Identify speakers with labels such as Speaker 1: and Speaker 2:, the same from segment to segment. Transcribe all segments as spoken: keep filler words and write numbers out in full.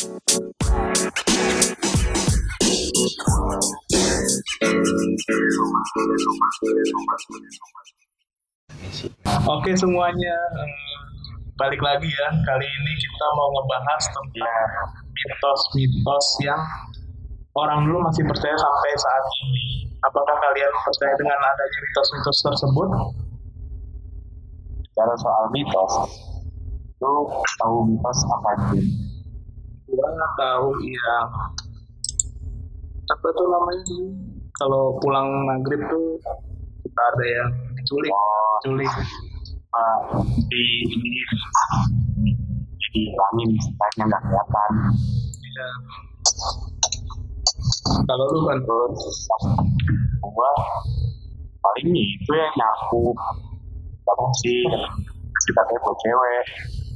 Speaker 1: Oke semuanya, balik lagi ya. Kali ini kita mau ngebahas tentang mitos-mitos yang orang dulu masih percaya sampai saat ini. Apakah kalian percaya dengan adanya mitos-mitos tersebut?
Speaker 2: Bicara soal mitos, lu tahu mitos apa sih?
Speaker 1: Gua nggak tahu ya. Apa tuh namanya sih? Kalau pulang maghrib tuh kita ada yang diculik,
Speaker 2: Oh,
Speaker 1: diculik.
Speaker 2: uh, di di di langit sebenarnya nggak kelihatan.
Speaker 1: Ya. Kalau lu kan
Speaker 2: Terus gua paling itu yang nyapu, nggak sih kita kayak buat cewek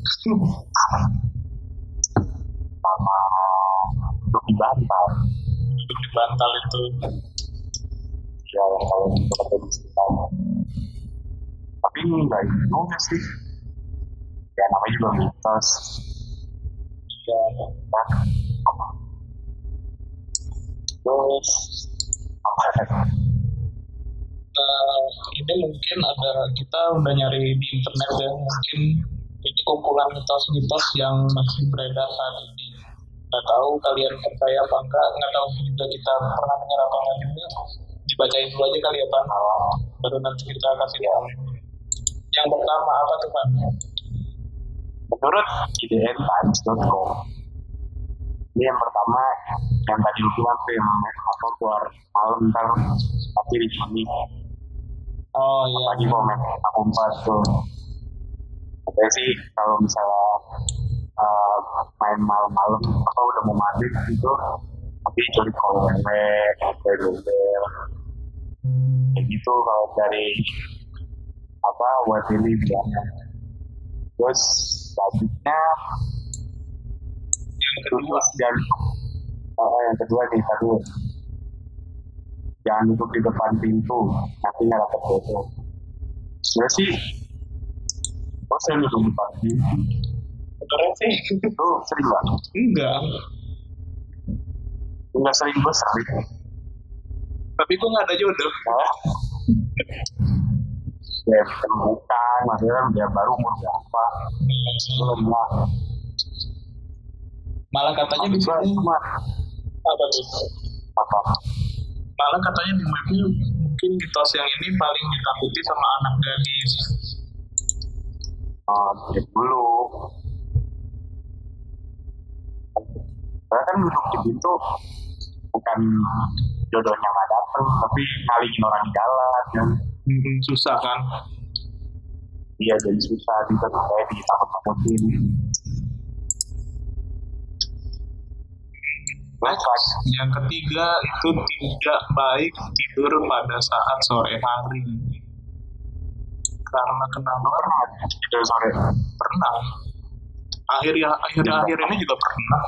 Speaker 2: sama untuk di bantal.
Speaker 1: duduk di bantal itu.
Speaker 2: Ya yang kalau itu ada di sekitar. Tapi nggak juga sih. Ya namanya juga mitos.
Speaker 1: Ya.
Speaker 2: Nah, terus apa ya?
Speaker 1: Uh, ini mungkin ada kita udah nyari di internet ya, mungkin ini kumpulan mitos-mitos yang masih beredar saat ini. Nggak tahu kalian percaya apa enggak, nggak tahu juga kita pernah dengar apa enggak juga. Dibacain dulu aja kali ya Pak, baru nanti kita kasih tahu. Yang pertama apa tuh Pak?
Speaker 2: Menurut I D N Times dot com, ini yang pertama yang tadi lu bilang tuh yang apa keluar malam ntar tapi di sini
Speaker 1: Oh iya.
Speaker 2: lagi komen aku empat tuh. Katanya sih kalau misalnya uh, main malam-malam atau udah mau maghrib gitu, tapi curi kolwe, kayak dobel, kayak gitu kalau dari apa web ini bilangnya. Terus selanjutnya
Speaker 1: Yang kedua,
Speaker 2: dan oh, yang kedua nih tadi jangan duduk di depan pintu nanti nggak dapat foto. Sebenarnya sih kok saya duduk di depan pintu
Speaker 1: keren sih.
Speaker 2: itu sering banget.
Speaker 1: Enggak.
Speaker 2: Nggak sering, gue sering.
Speaker 1: Tapi gue nggak ada jodoh.
Speaker 2: Nah, ya bukan maksudnya dia baru umur berapa belum lah.
Speaker 1: Malah katanya di sini
Speaker 2: cuma
Speaker 1: apa tuh?
Speaker 2: apa
Speaker 1: Malah katanya di webnya mungkin mitos yang ini paling ditakuti sama anak gadis.
Speaker 2: uh, cek dulu. Saya kan duduk di pintu bukan jodohnya nggak datang, tapi ngalingin orang di jalan kan.
Speaker 1: Hmm, susah kan?
Speaker 2: Iya jadi susah juga kayak ditakut-takutin. Next,
Speaker 1: Yang ketiga itu tidak baik tidur pada saat sore hari. Karena kenapa?
Speaker 2: pernah tidur sore?
Speaker 1: Pernah. Akhir ya akhir-akhir ini juga pernah.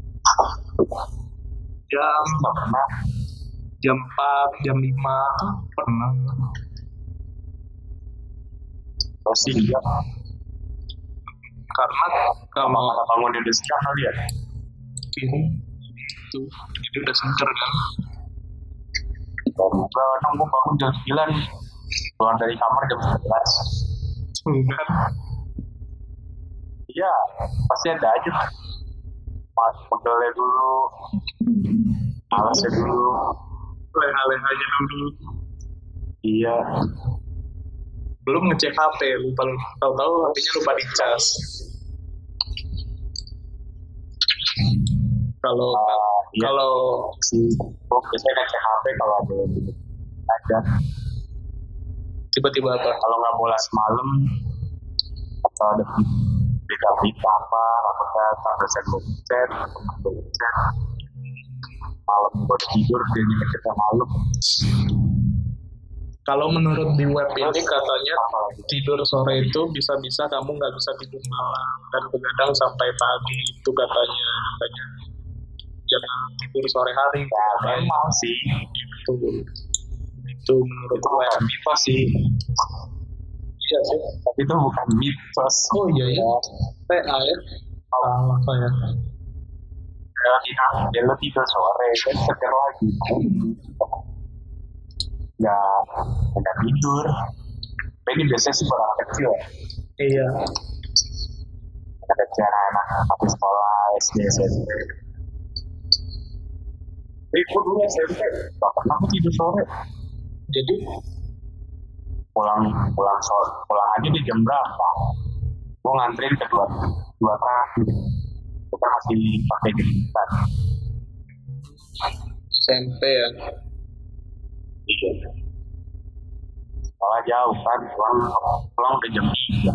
Speaker 1: Jam
Speaker 2: Nggak pernah.
Speaker 1: jam empat, jam lima tuh pernah.
Speaker 2: Terus sih dia
Speaker 1: Karena
Speaker 2: sama
Speaker 1: kalau
Speaker 2: kata bangun udah siap kali ya.
Speaker 1: ini itu jadi udah seger kan.
Speaker 2: Dan juga kadang gue bangun jam sembilan keluar dari kamar jam sebelas.
Speaker 1: Enggak.
Speaker 2: Iya pasti ada aja pas pegelnya dulu, malasnya dulu.
Speaker 1: Leha-lehanya dulu.
Speaker 2: Iya.
Speaker 1: Belum ngecek H P, lupa tahu-tahu H P-nya lupa dicas. Kalau
Speaker 2: Uh, iya.
Speaker 1: kalau
Speaker 2: Si gue biasanya ngecek H P kalau ada ada.
Speaker 1: tiba-tiba apa?
Speaker 2: Kalau nggak bola semalam atau ada berita-berita apa, apakah ada saya belum chat, belum chat. Malam gue tidur dia nyeketnya malam.
Speaker 1: Kalau menurut di web ini katanya
Speaker 2: Apa lagi?
Speaker 1: tidur sore itu bisa-bisa kamu nggak bisa tidur malam dan begadang sampai pagi itu katanya. Katanya jangan tidur sore hari.
Speaker 2: Ya memang sih.
Speaker 1: Itu itu menurut
Speaker 2: Itu
Speaker 1: web.
Speaker 2: bukan mitos sih.
Speaker 1: Iya sih.
Speaker 2: Tapi itu bukan mitos.
Speaker 1: Oh iya ya. P A ya. Salah saya.
Speaker 2: Kalau kita dia lo tidur sore kan seger lagi. Nggak nggak tidur. Tapi ini biasanya sih orang kecil.
Speaker 1: Iya.
Speaker 2: Ada kecil anak habis sekolah S D S M P. Tapi gue dulu S M P nggak pernah aku tidur sore.
Speaker 1: Jadi
Speaker 2: pulang pulang sore pulang aja di jam berapa? Gue nganterin kedua dua terakhir. Kita masih pakai jemputan.
Speaker 1: S M P ya.
Speaker 2: Iya. Soalnya jauh kan, pulang pulang udah jam tiga.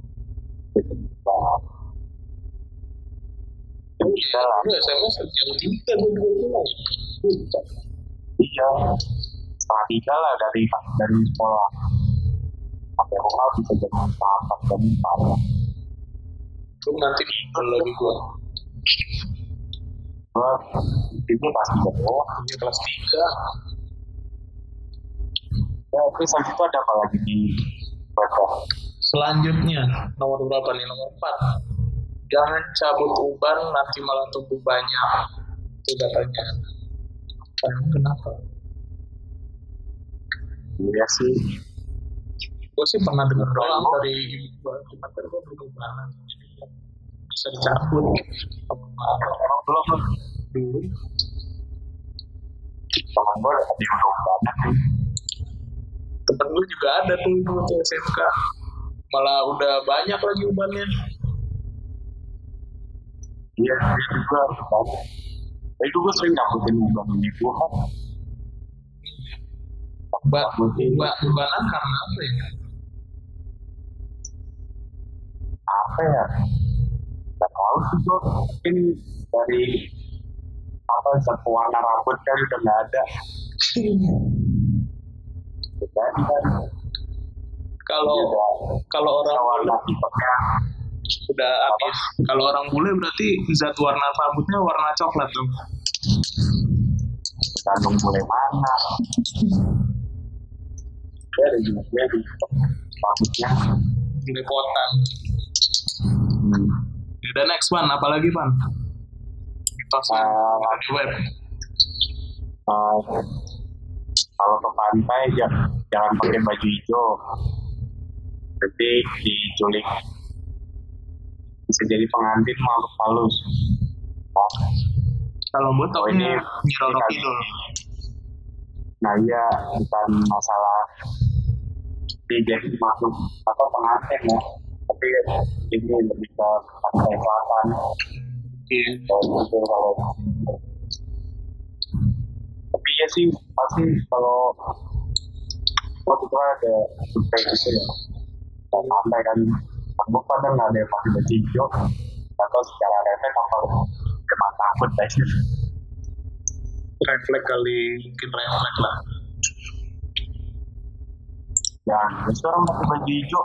Speaker 2: Bisa lah.
Speaker 1: Itu S M S jam tiga dulu pulang.
Speaker 2: Iya. Setengah tiga lah dari dari sekolah. Sampai rumah bisa jam empat jam empat.
Speaker 1: Terus nanti tidur lagi gua.
Speaker 2: Gua itu pasti jauh.
Speaker 1: Ini kelas tiga.
Speaker 2: Ya, terus habis itu ada apa lagi di baca?
Speaker 1: Selanjutnya nomor berapa nih? Nomor empat. Jangan cabut uban nanti malah tumbuh banyak. Itu katanya. Kenapa?
Speaker 2: Iya sih.
Speaker 1: Gue sih pernah dengar doang dari ibu gue, cuma kan gue berubahan. Bisa dicabut.
Speaker 2: Orang belum
Speaker 1: Dulu.
Speaker 2: teman gue ada yang udah banyak sih.
Speaker 1: Temen gue juga ada tuh itu waktu S M K. Malah udah banyak lagi ubannya.
Speaker 2: Iya, dia juga banyak. Tapi itu gue sering ngakutin uban ini gue kan.
Speaker 1: Uban, uban, ubanan karena apa ya?
Speaker 2: Apa ya? Gak tahu sih gue. Mungkin dari apa zat warna rambut kan udah nggak ada. Jadi kan.
Speaker 1: Kalau kalau orang
Speaker 2: warna hitamnya
Speaker 1: udah habis. Kalau orang bule berarti zat warna rambutnya warna coklat tuh.
Speaker 2: tergantung mulai mana. Dia ada juga dia di rambutnya
Speaker 1: Belepotan.
Speaker 2: hmm.
Speaker 1: The next one, apalagi Pan? Mitos
Speaker 2: Uh,
Speaker 1: di web.
Speaker 2: uh, kalau ke pantai jangan, jangan pakai baju hijau, nanti diculik, bisa jadi pengantin makhluk halus. Nah,
Speaker 1: Kalau buat
Speaker 2: oh,
Speaker 1: taunya
Speaker 2: ini
Speaker 1: Nyi Roro
Speaker 2: ini
Speaker 1: Kidul.
Speaker 2: nah iya bukan masalah jadi makhluk atau pengantin ya, tapi ini lebih ke pantai selatan.
Speaker 1: Iya.
Speaker 2: Kalau itu kalau tapi ya sih pasti kalau waktu itu ada survei gitu ya, kalau pantai kan aku pada nggak ada yang pakai baju hijau atau secara refleks apa kena takut guys.
Speaker 1: Refleks kali, mungkin refleks lah.
Speaker 2: Ya sekarang pakai baju hijau.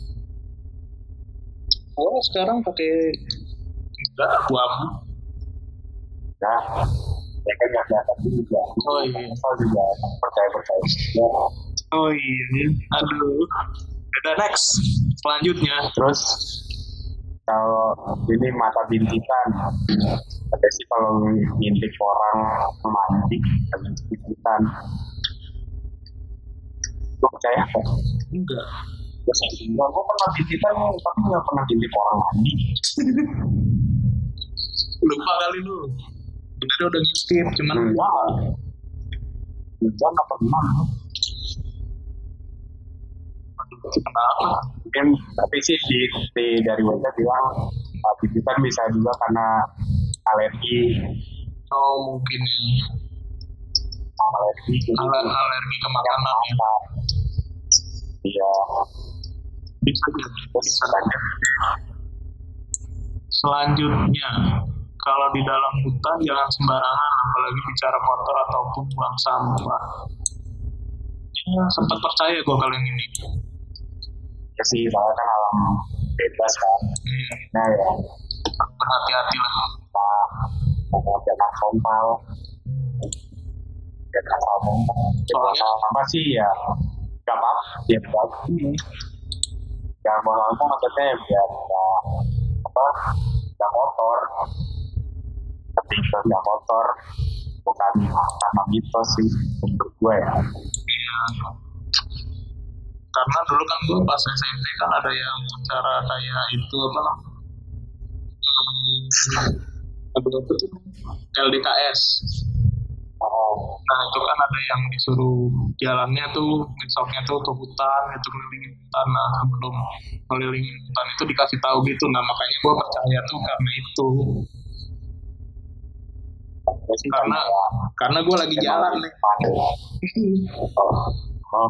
Speaker 1: Oh sekarang pakai enggak abu-abu.
Speaker 2: Ya ya kan nggak ada tapi juga.
Speaker 1: Oh iya.
Speaker 2: Asal juga percaya percaya. Ya.
Speaker 1: Oh iya. Aduh. Udah next. Selanjutnya.
Speaker 2: Terus kalau ini mata bintikan, ada sih kalau ngintip orang mandi ada bintikan. Lo percaya apa?
Speaker 1: Enggak.
Speaker 2: Gue sih enggak, gue pernah bintikan tapi nggak pernah ngintip orang mandi.
Speaker 1: Lupa kali lu. Bener udah ngintip, cuman
Speaker 2: Enggak, enggak nggak pernah.
Speaker 1: kenapa?
Speaker 2: Mungkin tapi sih di, di dari website bilang uh, bintikan bisa juga karena alergi,
Speaker 1: Oh mungkin
Speaker 2: alergi jadi
Speaker 1: Aler- alergi ke makanan ya.
Speaker 2: apa? Iya,
Speaker 1: Bisa jadi.
Speaker 2: terus banyak.
Speaker 1: Selanjutnya, kalau di dalam hutan jangan sembarangan, apalagi bicara kotor ataupun buang sampah. Ya, sempat percaya gue kali ini.
Speaker 2: Ya sih, soalnya kan alam bebas kan.
Speaker 1: Hmm,
Speaker 2: Nah ya,
Speaker 1: berhati-hati lah.
Speaker 2: kita mau jangan frontal, jangan salah
Speaker 1: Soalnya
Speaker 2: apa sih ya, gak apa, ya bagus. Jangan mau ngomong maksudnya biar nggak apa, nggak kotor. Tapi lebih ke yang kotor, bukan karena mitos sih untuk gue ya.
Speaker 1: Iya. Karena dulu kan gue pas S M P kan ada yang acara kayak itu apa hmm, apa tuh L D K S.
Speaker 2: Oh,
Speaker 1: Nah itu kan ada yang disuruh jalannya tuh besoknya tuh ke hutan, itu keliling hutan. Nah sebelum keliling hutan itu dikasih tahu gitu. Nah makanya gue percaya tuh karena itu.
Speaker 2: gue sih
Speaker 1: Karena
Speaker 2: ya,
Speaker 1: karena gue lagi jalan nih.
Speaker 2: Oh, oh.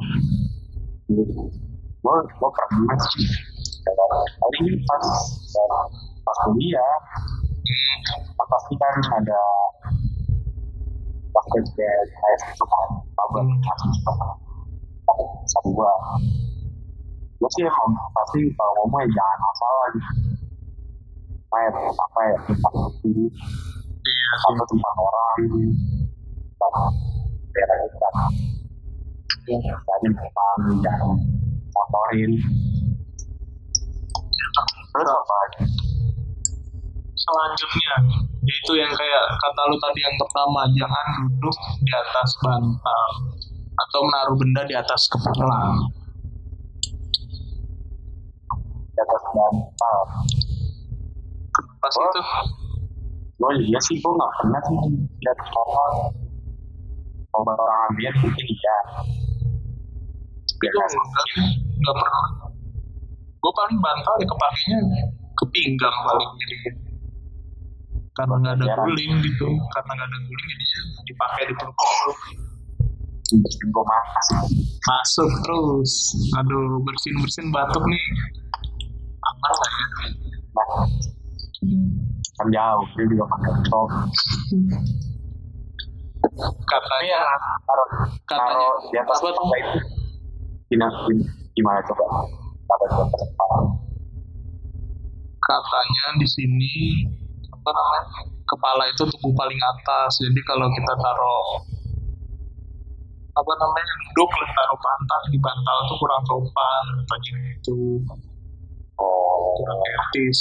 Speaker 2: Gue gue pernah sih. Kali ini pas pas kuliah, kan pasti kan ada basket kayak itu kan, tabel masih suka sama gue. Gue sih emang pasti kalau ngomong ya jangan masalah gitu. Kayak apa ya tentang itu,
Speaker 1: Iya sih.
Speaker 2: apa tentang orang, tentang daerah kita. Jadi tentang jangan motorin. Terus apa lagi?
Speaker 1: Selanjutnya itu yang kayak kata lu tadi yang pertama, jangan duduk di atas bantal atau menaruh benda di atas kepala.
Speaker 2: Di atas bantal.
Speaker 1: Pas
Speaker 2: Oh.
Speaker 1: itu
Speaker 2: Gue iya sih, gue gak pernah sih lihat orang obat orang ambil mungkin iya. Biar
Speaker 1: itu
Speaker 2: gak
Speaker 1: enggak
Speaker 2: sakit.
Speaker 1: enggak pernah. Gue paling bantal ya kepakainya ke pinggang paling jadi karena nggak ada
Speaker 2: Jarang.
Speaker 1: guling gitu, karena nggak ada guling jadinya dipakai di peluk-peluk
Speaker 2: Bersihin gue makas.
Speaker 1: masuk terus. Aduh bersin bersin batuk nih apa lah ya.
Speaker 2: Nah, kan jauh, dia juga pakai top.
Speaker 1: Katanya
Speaker 2: Taruh,
Speaker 1: Katanya-
Speaker 2: taruh di atas
Speaker 1: apa tuh?
Speaker 2: apa itu? Gimana, gimana coba? Taruh di atas kepala.
Speaker 1: katanya di sini apa namanya kepala itu tubuh paling atas, jadi kalau kita taruh apa namanya duduk lah taruh pantat di bantal tuh kurang sopan katanya itu,
Speaker 2: Oh,
Speaker 1: kurang etis.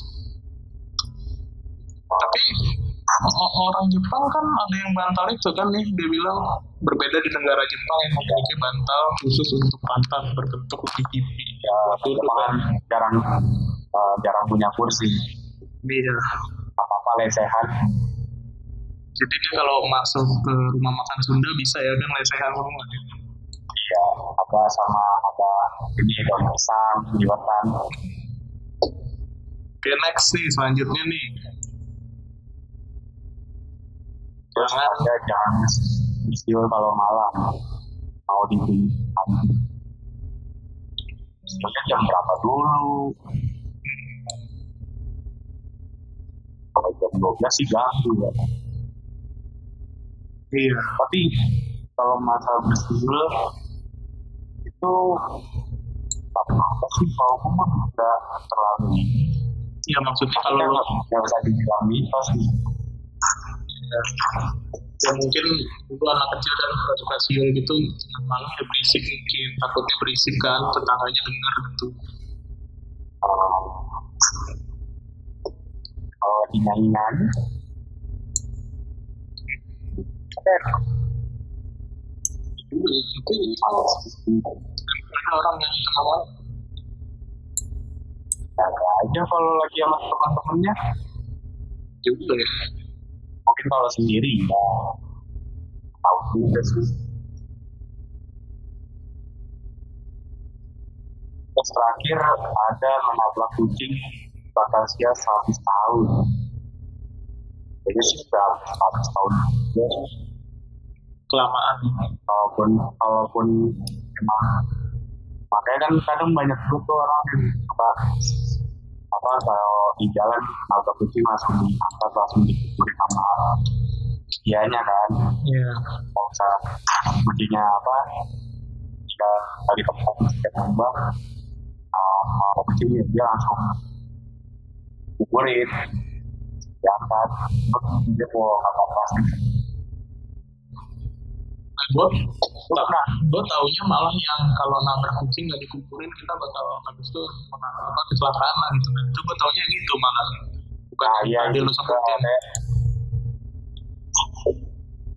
Speaker 1: Tapi o- orang Jepang kan ada yang bantal itu kan nih, dia bilang berbeda di negara Jepang yang memiliki bantal khusus untuk pantat berbentuk pipi.
Speaker 2: ya,
Speaker 1: Duduk
Speaker 2: Jepang
Speaker 1: kan.
Speaker 2: kan jarang eh, jarang punya kursi.
Speaker 1: Iya.
Speaker 2: Apa-apa lesehan.
Speaker 1: Jadi dia kalau masuk ke rumah makan Sunda bisa ya kan lesehan ngomong.
Speaker 2: Iya, apa sama apa ini daun pisang, jembatan.
Speaker 1: Oke next nih selanjutnya nih.
Speaker 2: Terus
Speaker 1: Jangan
Speaker 2: ada jangan istiul kalau malam mau dipinjam. Sebenarnya jam berapa dulu? Kalau jam dua belas sih ganggu ya.
Speaker 1: iya.
Speaker 2: Tapi kalau masalah bersiul itu apa sih kalau aku mah nggak terlalu
Speaker 1: Ya maksudnya
Speaker 2: kalau
Speaker 1: kalau
Speaker 2: nggak usah dibilang mitos sih.
Speaker 1: ya, ya mungkin dulu anak kecil kan suka suka siul gitu malam ya berisik mungkin takutnya berisik kan tetangganya dengar gitu.
Speaker 2: Uh, kalau di nyanyi-nyanyi
Speaker 1: Itu itu ada orang yang kenal
Speaker 2: jaga aja kalau lagi sama teman-temannya.
Speaker 1: juga ya.
Speaker 2: Mungkin kalau sendiri ya tahu juga sih. Terus terakhir ada menabrak kucing Batasia seratus tahun. Jadi sih sudah seratus tahun juga.
Speaker 1: Kelamaan.
Speaker 2: Kalaupun kalaupun emang makanya kan kadang banyak juga tuh orang yang apa apa kalau di jalan nabrak kucing langsung diangkat langsung dikumpulin sama dianya kan.
Speaker 1: Iya.
Speaker 2: Kalau usah kucingnya apa jika dari tempat tidak nambah uh, kucingnya dia langsung kumpulin diangkat terus dia mau apa plastik.
Speaker 1: Gue nah, gue taunya malah yang kalau nabrak kucing nggak dikumpulin kita bakal habis itu apa kecelakaan lah gitu kan. Itu gue taunya gitu malah bukan
Speaker 2: Nah,
Speaker 1: yang
Speaker 2: iya
Speaker 1: tadi
Speaker 2: itu
Speaker 1: lu
Speaker 2: juga
Speaker 1: sebutin.
Speaker 2: kayak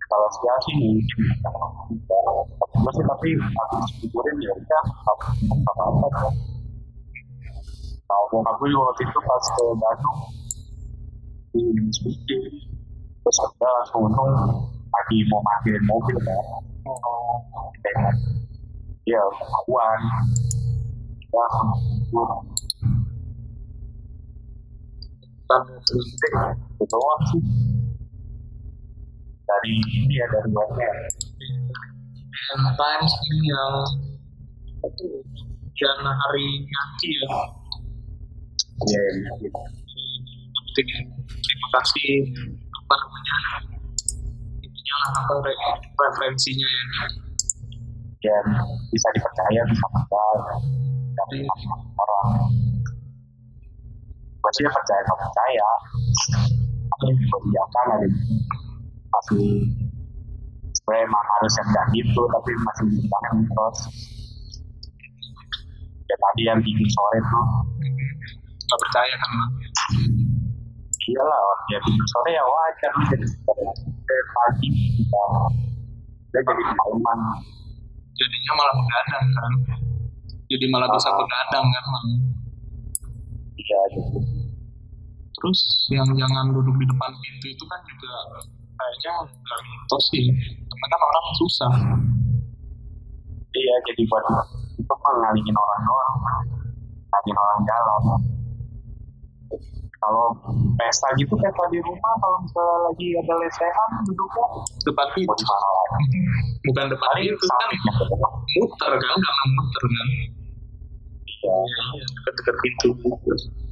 Speaker 2: kalau sia sih mungkin masih tapi harus pikirin ya udah apa apa kalau bokap gue juga waktu itu pas ke Bandung di speaking terus ada langsung untung lagi mau parkirin mobil kan dan ya kawan ya itu doang sih dari ini ya dari webnya
Speaker 1: Times ini yang itu yang hari nanti ya
Speaker 2: ya gitu.
Speaker 1: Terima kasih apa namanya intinya lah apa re- referensinya ya
Speaker 2: dan bisa dipercaya bisa percaya dari orang maksudnya percaya nggak percaya atau kebijakan ada masih sebenarnya emang harus yang kayak gitu tapi masih dibilang terus ya tadi yang di sore tuh
Speaker 1: nggak percaya kan
Speaker 2: iyalah ya di sore ya wajar jadi dari pagi kita udah jadi malaman
Speaker 1: jadinya malah begadang kan jadi malah bisa begadang kan
Speaker 2: iya gitu
Speaker 1: terus yang jangan duduk di depan pintu itu kan juga kayaknya nggak mitos sih karena kan orang susah
Speaker 2: iya jadi buat itu mah ngalingin orang doang ngalingin orang jalan kalau pesta gitu kayak kalau di rumah kalau misalnya lagi ada lesehan duduknya
Speaker 1: depan pintu bukan depan pintu kan muter kan karena muter kan
Speaker 2: iya
Speaker 1: dekat-dekat pintu gitu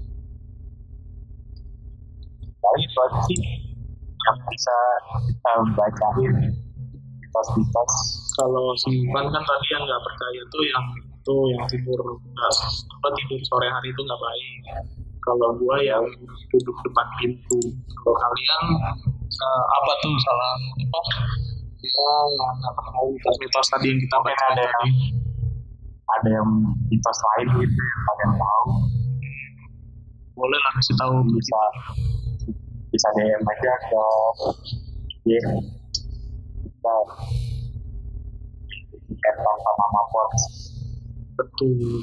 Speaker 2: paling itu aja sih yang bisa kita bacain mitos-mitos.
Speaker 1: Kalau simpan kan tadi yang nggak percaya tuh yang itu yang tidur nggak apa tidur sore hari itu nggak baik. Kalau gua yang duduk depan pintu. Kalau kalian uh, apa tuh salah apa? Ya yang apa namanya mitos-mitos tadi yang kita baca
Speaker 2: ada yang ada yang mitos lain gitu yang kalian tahu.
Speaker 1: Boleh lah kasih tahu
Speaker 2: bisa bisa D M aja ke ya kita ketong sama mapot
Speaker 1: betul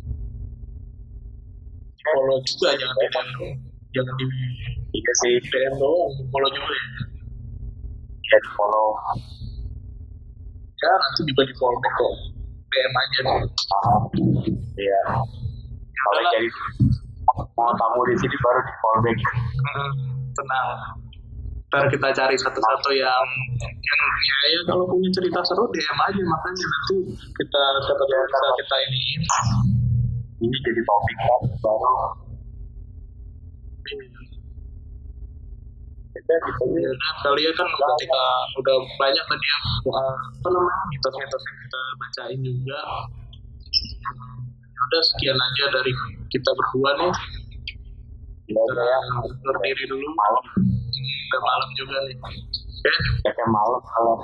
Speaker 1: follow juga jangan di D M jangan di
Speaker 2: iya sih
Speaker 1: D M doang follow juga ya
Speaker 2: ya di follow
Speaker 1: ya nanti juga di follow back kok D M aja nih
Speaker 2: iya kalau jadi mau tamu di sini baru di follow back
Speaker 1: hmm, tenang ntar kita cari satu-satu yang yang ya kalau punya cerita seru D M aja makanya nanti kita kita bisa kita ini
Speaker 2: ini jadi topik kan baru
Speaker 1: kita gitu ya kalian kan ketika udah banyak tadi yang apa namanya mitos-mitos yang kita bacain juga udah sekian aja dari kita berdua nih
Speaker 2: ya ya
Speaker 1: undur diri dulu
Speaker 2: malam
Speaker 1: udah malam juga nih oke
Speaker 2: ya kayak malam kalau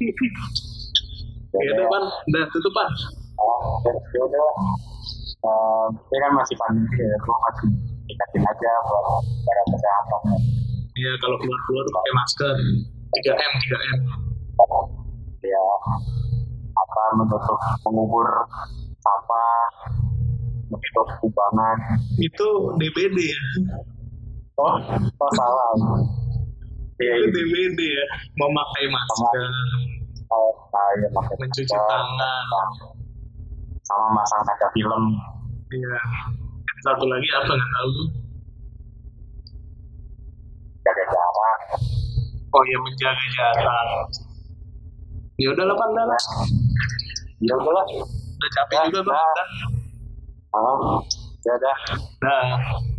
Speaker 1: ya udah pan udah tutupan
Speaker 2: oh ya udah Uh, ini kan masih pandemi ya, gue masih ingatin aja buat cara kesehatan.
Speaker 1: Iya, kalau keluar-keluar pakai masker tiga M, tiga M.
Speaker 2: Ya, apa menutup mengubur sampah, menutup kubangan.
Speaker 1: Itu D B D ya?
Speaker 2: Oh, oh salah.
Speaker 1: Ya, itu D B D ya, memakai masker,
Speaker 2: oh, saya pakai
Speaker 1: mencuci tangan,
Speaker 2: sama masang kaca film.
Speaker 1: Iya. Satu lagi apa nggak tahu?
Speaker 2: Jaga jarak.
Speaker 1: Oh iya menjaga jarak. Ya udah lah Panda lah.
Speaker 2: Ya udah lah.
Speaker 1: Udah capek juga tuh.
Speaker 2: Ah, ya udah.
Speaker 1: Dah.